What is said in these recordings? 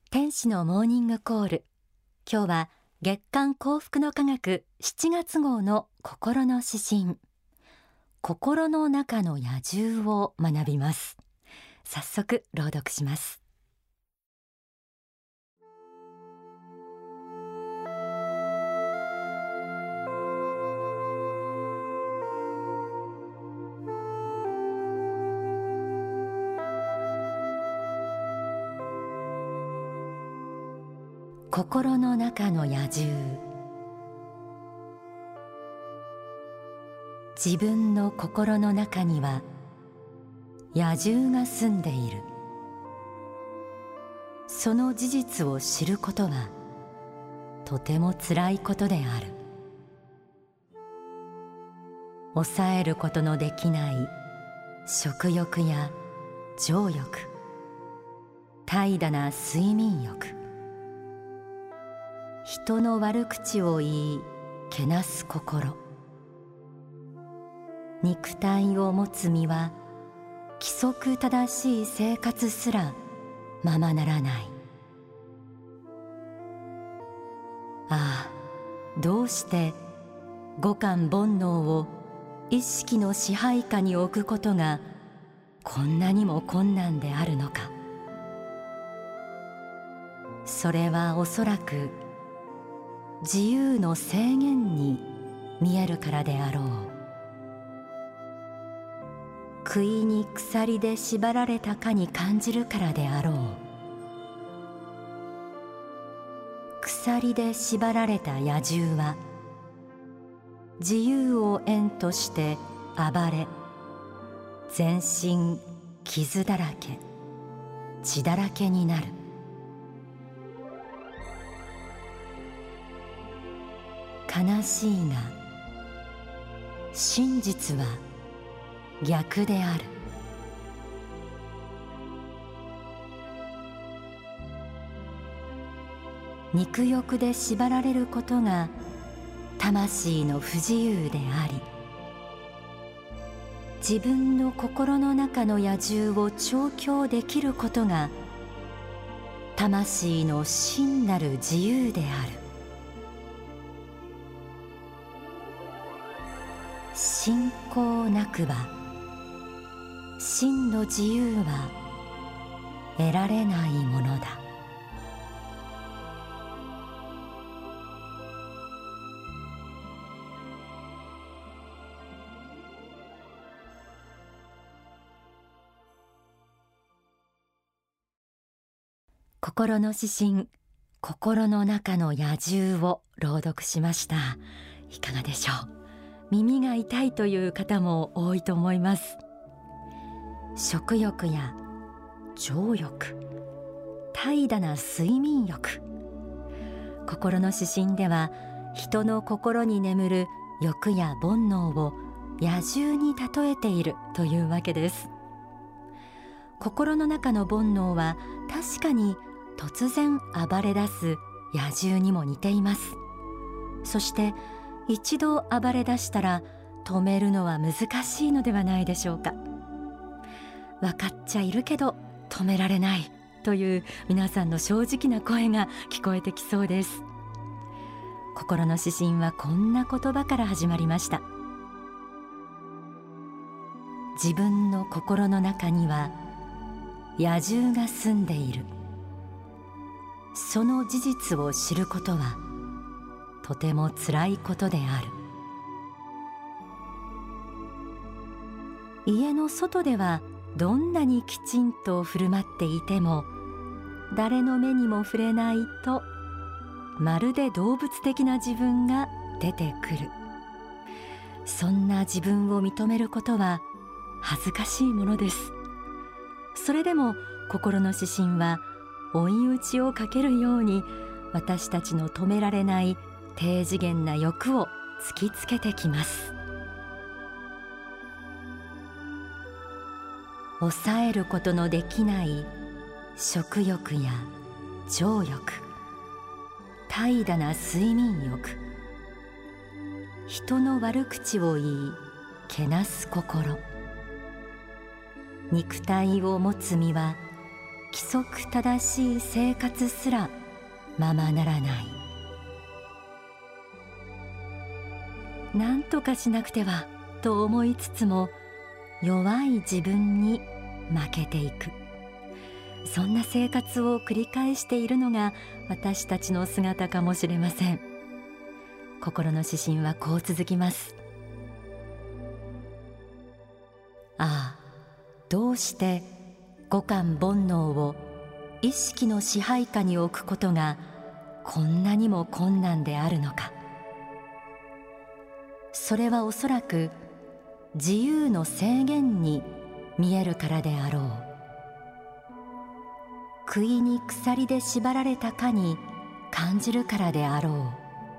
天使のモーニングコール。今日は月刊幸福の科学7月号の心の指針、心の中の野獣を学びます。早速朗読します。心の中の野獣。自分の心の中には野獣が住んでいる。その事実を知ることはとてもつらいことである。抑えることのできない食欲や情欲、怠惰な睡眠欲、人の悪口を言いけなす心、肉体を持つ身は規則正しい生活すらままならない。ああ、どうして五感煩悩を意識の支配下に置くことがこんなにも困難であるのか。それはおそらく自由の制限に見えるからであろう。杭に鎖で縛られたかに感じるからであろう。鎖で縛られた野獣は自由を縁として暴れ、全身傷だらけ、血だらけになる。悲しいが真実は逆である。肉欲で縛られることが魂の不自由であり、自分の心の中の野獣を調教できることが魂の真なる自由である。信仰なくば真の自由は得られないものだ。心の指針、心の中の野獣を朗読しました。いかがでしょう。耳が痛いという方も多いと思います。食欲や情欲、怠惰な睡眠欲。心の指針では人の心に眠る欲や煩悩を野獣に例えているというわけです。心の中の煩悩は確かに突然暴れ出す野獣にも似ています。そして一度暴れ出したら止めるのは難しいのではないでしょうか。分かっちゃいるけど止められないという皆さんの正直な声が聞こえてきそうです。心の指針はこんな言葉から始まりました。自分の心の中には野獣が住んでいる。その事実を知ることはとてもつらいことである。家の外ではどんなにきちんと振る舞っていても誰の目にも触れないとまるで動物的な自分が出てくる。そんな自分を認めることは恥ずかしいものです。それでも心の指針は追い打ちをかけるように私たちの止められない低次元な欲を突きつけてきます。抑えることのできない食欲や情欲、怠惰な睡眠欲、人の悪口を言いけなす心、肉体を持つ身は規則正しい生活すらままならない。何とかしなくてはと思いつつも、弱い自分に負けていく、そんな生活を繰り返しているのが私たちの姿かもしれません。心の指針はこう続きます。ああ、どうして五感煩悩を意識の支配下に置くことがこんなにも困難であるのか。それはおそらく自由の制限に見えるからであろう。杭に鎖で縛られたかに感じるからであろう。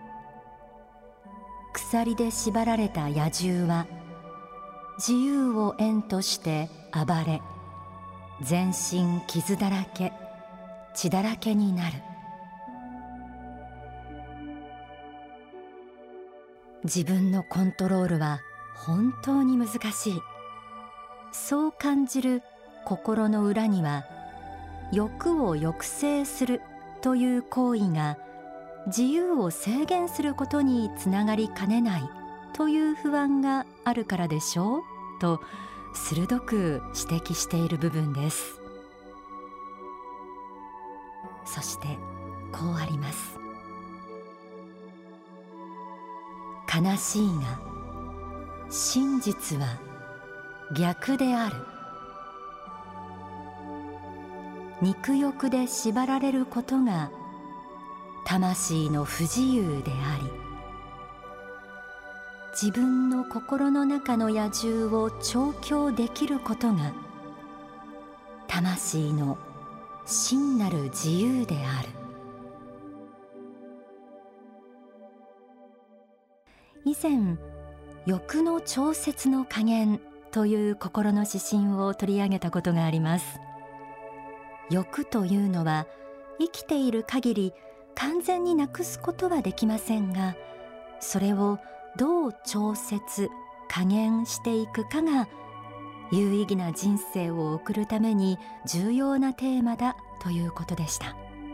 鎖で縛られた野獣は自由を縁として暴れ、全身傷だらけ、血だらけになる。自分のコントロールは本当に難しい。そう感じる心の裏には、欲を抑制するという行為が自由を制限することにつながりかねないという不安があるからでしょうと鋭く指摘している部分です。そしてこうあります。悲しいが真実は逆である。肉欲で縛られることが魂の不自由であり、自分の心の中の野獣を調教できることが魂の真なる自由である。以前、欲の調節の加減という心の指針を取り上げたことがあります。欲というのは生きている限り完全になくすことはできませんが、それをどう調節加減していくかが有意義な人生を送るために重要なテーマだということでした。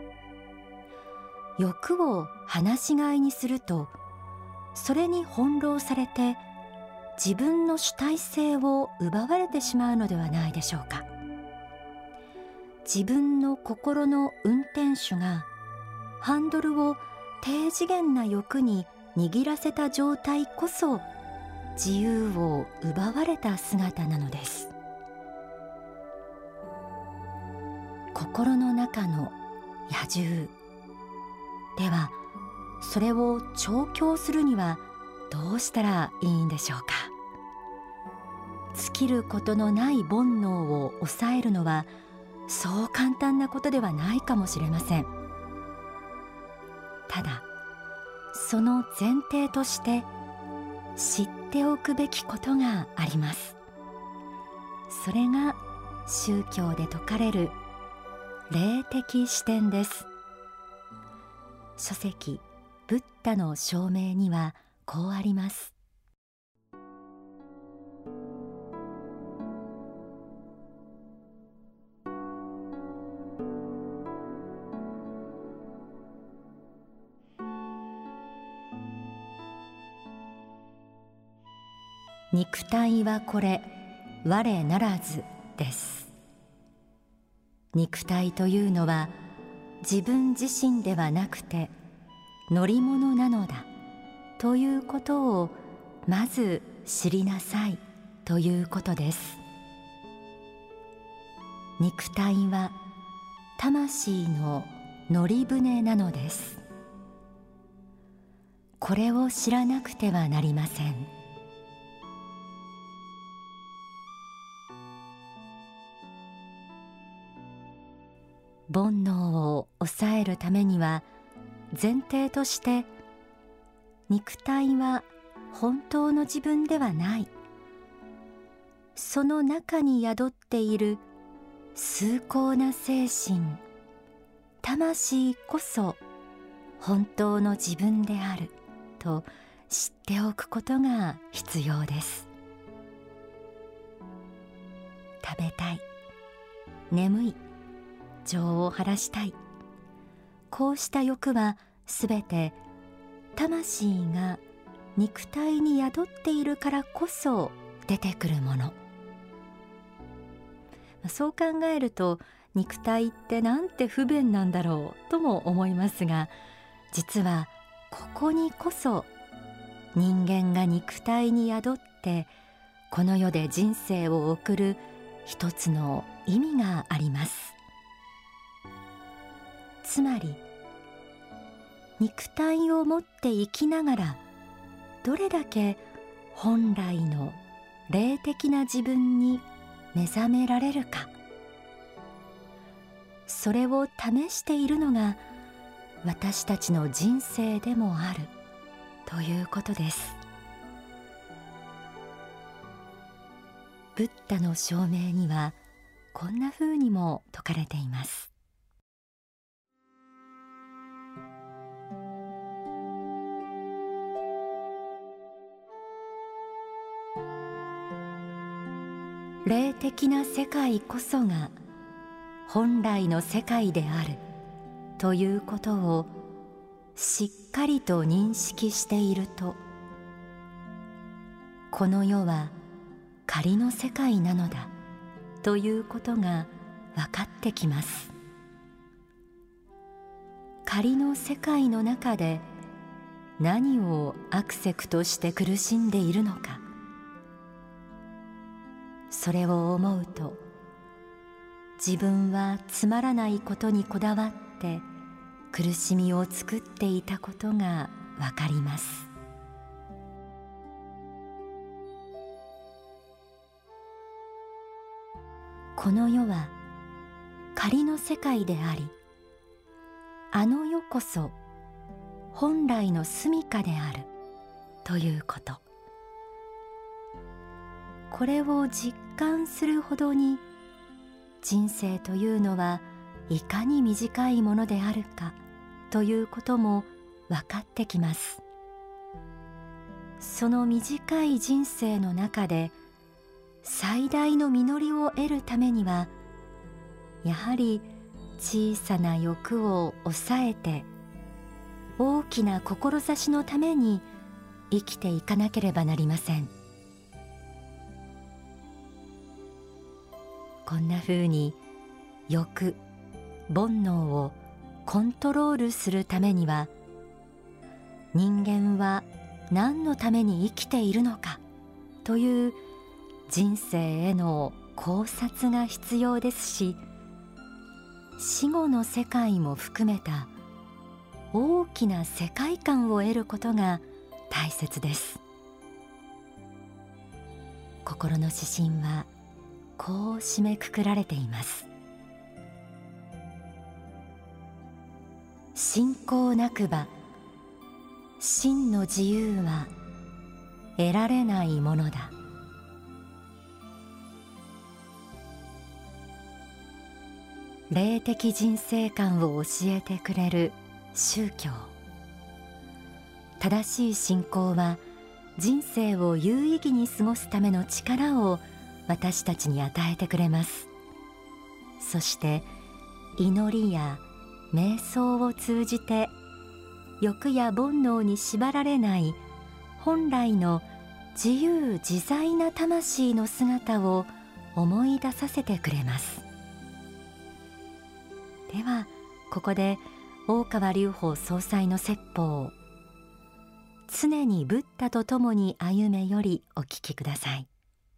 欲を放し飼いにすると、それに翻弄されて自分の主体性を奪われてしまうのではないでしょうか。自分の心の運転手がハンドルを低次元な欲に握らせた状態こそ自由を奪われた姿なのです。心の中の野獣では、それを調教するにはどうしたらいいんでしょうか。尽きることのない煩悩を抑えるのはそう簡単なことではないかもしれません。ただ、その前提として知っておくべきことがあります。それが宗教で説かれる霊的視点です。書籍ブッダの証明にはこうあります。肉体はこれ我ならずです。肉体というのは自分自身ではなくて乗り物なのだということをまず知りなさいということです。肉体は魂の乗り船なのです。これを知らなくてはなりません。煩悩を抑えるためには前提として肉体は本当の自分ではない、その中に宿っている崇高な精神魂こそ本当の自分であると知っておくことが必要です。食べたい、眠い、 情を晴らしたい。こうした欲はすべて魂が肉体に宿っているからこそ出てくるもの。そう考えると肉体ってなんて不便なんだろうとも思いますが、実はここにこそ人間が肉体に宿ってこの世で人生を送る一つの意味があります。つまり肉体を持って生きながらどれだけ本来の霊的な自分に目覚められるか、それを試しているのが私たちの人生でもあるということです。ブッダの証明にはこんな風にも説かれています。霊的な世界こそが本来の世界であるということをしっかりと認識していると、この世は仮の世界なのだということが分かってきます。仮の世界の中で何をアクセクとして苦しんでいるのか、それを思うと自分はつまらないことにこだわって苦しみを作っていたことがわかります。この世は仮の世界であり、あの世こそ本来の住処であるということ、これを実感するほどに人生というのはいかに短いものであるかということも分かってきます。その短い人生の中で最大の実りを得るためには、やはり小さな欲を抑えて大きな志のために生きていかなければなりません。こんなふうに欲、煩悩をコントロールするためには、人間は何のために生きているのかという人生への考察が必要ですし、死後の世界も含めた大きな世界観を得ることが大切です。心の指針はこう締めくくられています。信仰なくば真の自由は得られないものだ。霊的人生観を教えてくれる宗教。正しい信仰は人生を有意義に過ごすための力を私たちに与えてくれます。そして祈りや瞑想を通じて欲や煩悩に縛られない本来の自由自在な魂の姿を思い出させてくれます。ではここで大川隆法総裁の説法、常にブッダと共に歩めよりお聞きください。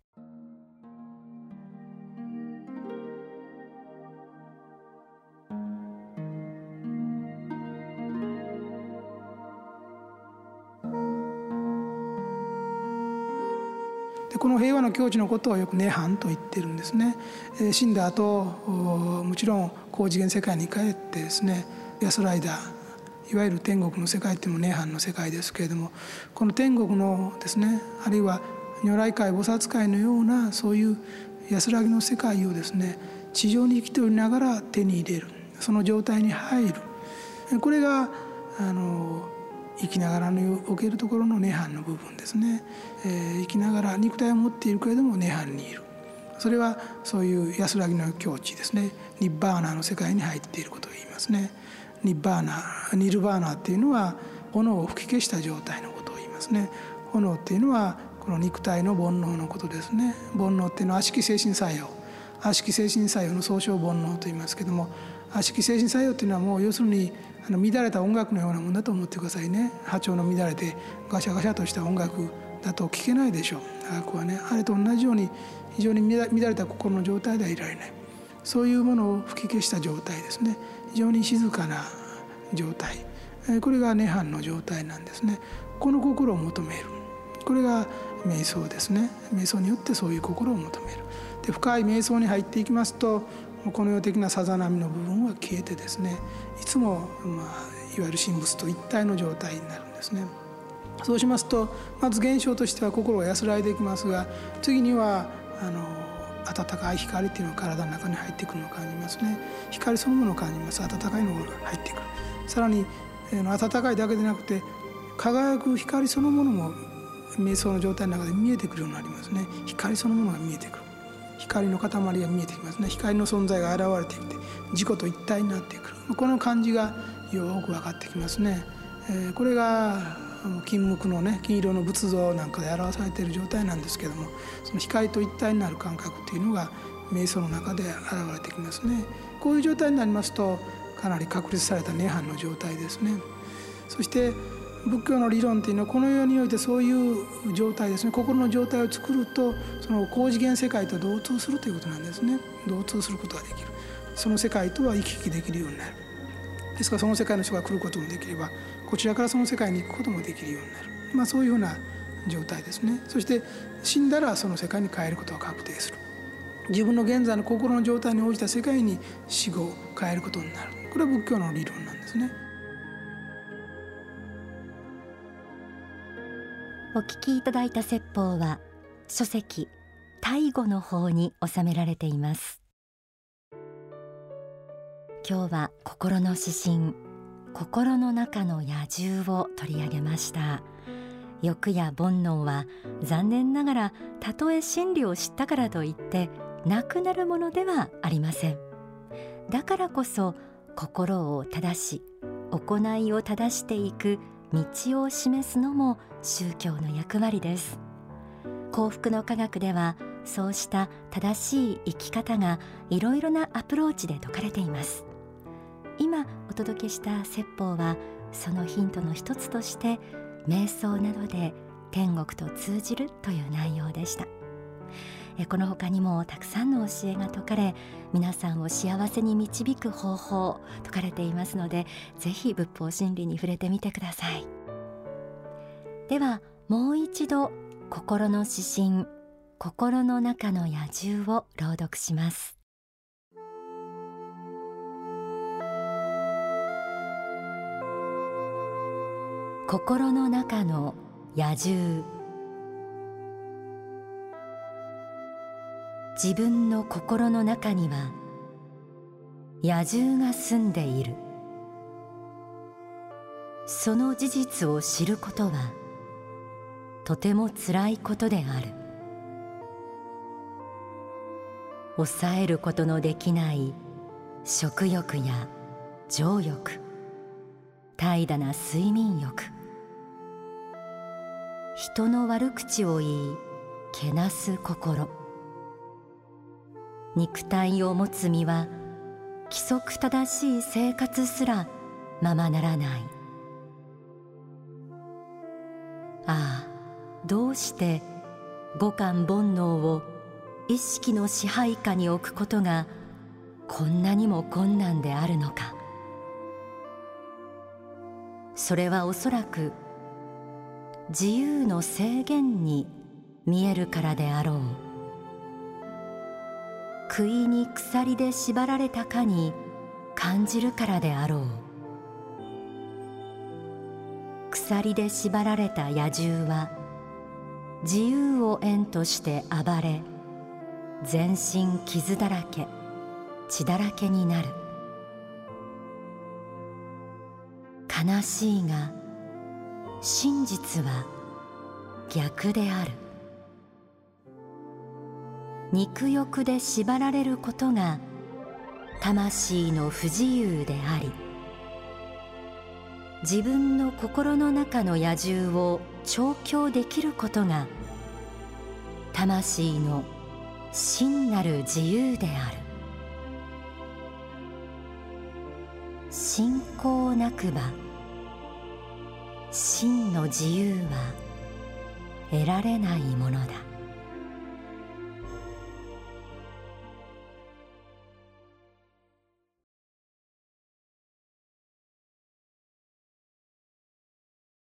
でこの平和の境地のことをよく涅槃と言ってるんですね。死んだ後もちろん高次元世界に帰ってですね、安らいだいわゆる天国の世界っていうのも涅槃の世界ですけれども、この天国のですね、あるいは如来界菩薩界のようなそういう安らぎの世界をですね、地上に生きておりながら手に入れる、その状態に入る、これが生きながらにおけるところの涅槃の部分ですね。生きながら肉体を持っているけれども涅槃にいる、 それはそういう安らぎの境地ですね。ニッバーナの世界に入っていることを言いますね。ニルバーナっていうのは炎を吹き消した状態のことを言いますね。炎っていうのはこの肉体の煩悩のことですね。煩悩っていうのは悪しき精神作用、悪しき精神作用の総称煩悩と言いますけども、悪しき精神作用っていうのはもう要するに乱れた音楽のようなものだと思ってくださいね。波長の乱れてガシャガシャとした音楽だと聞けないでしょう。楽はね、あれと同じように非常に乱れた心の状態ではいられない、そういうものを吹き消した状態ですね。非常に静かな状態、これが涅槃の状態なんですね。この心を求める、これが瞑想ですね。瞑想によってそういう心を求める。で、深い瞑想に入っていきますと、この世的なさざ波の部分は消えてですね、いつも、いわゆる神仏と一体の状態になるんですね。そうしますと、まず現象としては心が安らいでいきますが、次には温かい光っていうのが体の中に入ってくるのを感じますね。光そのものを感じます。温かいのが入ってくる。さらに温かいだけでなくて輝く光そのものも瞑想の状態の中で見えてくるようになりますね。光そのものが見えてくる。光の塊が見えてきますね。光の存在が現れてきて自己と一体になってくる。この感じがよく分かってきますね。これが金木のね、金色の仏像なんかで表されている状態なんですけども、その光と一体になる感覚っていうのが瞑想の中で現れてきますね。こういう状態になりますとかなり確立された涅槃の状態ですね。そして仏教の理論っていうのはこの世においてそういう状態ですね、心の状態を作るとその高次元世界と同通するということなんですね。同通することができる。その世界とは行き来できるようになる。ですからその世界の人が来ることもできれば、こちらからその世界に行くこともできるようになる、そういうふうな状態ですね。そして死んだらその世界に帰ることが確定する。自分の現在の心の状態に応じた世界に死後帰ることになる。これは仏教の理論なんですね。 お聞きいただいた説法は書籍大語の方に収められています。今日は心の指針、心の中の野獣を取り上げました。欲や煩悩は残念ながらたとえ真理を知ったからといってなくなるものではありません。だからこそ心を正し行いを正していく道を示すのも宗教の役割です。幸福の科学ではそうした正しい生き方がいろいろなアプローチで説かれています。今お届けした説法はそのヒントの一つとして瞑想などで天国と通じるという内容でした。この他にもたくさんの教えが説かれ、皆さんを幸せに導く方法説かれていますので、ぜひ仏法真理に触れてみてください。ではもう一度心の指針、心の中の野獣を朗読します。心の中の野獣。自分の心の中には野獣が住んでいる。その事実を知ることはとてもつらいことである。抑えることのできない食欲や情欲、怠惰な睡眠欲、人の悪口を言いけなす心、肉体を持つ身は規則正しい生活すらままならない。ああ、どうして五感煩悩を意識の支配下に置くことがこんなにも困難であるのか。それはおそらく自由の制限に見えるからであろう。杭に鎖で縛られたかに感じるからであろう。鎖で縛られた野獣は自由を縁として暴れ、全身傷だらけ、血だらけになる。悲しいが真実は逆である。 肉欲で縛られることが魂の不自由であり、自分の心の中の野獣を調教できることが魂の真なる自由である。信仰なくば真の自由は得られないものだ。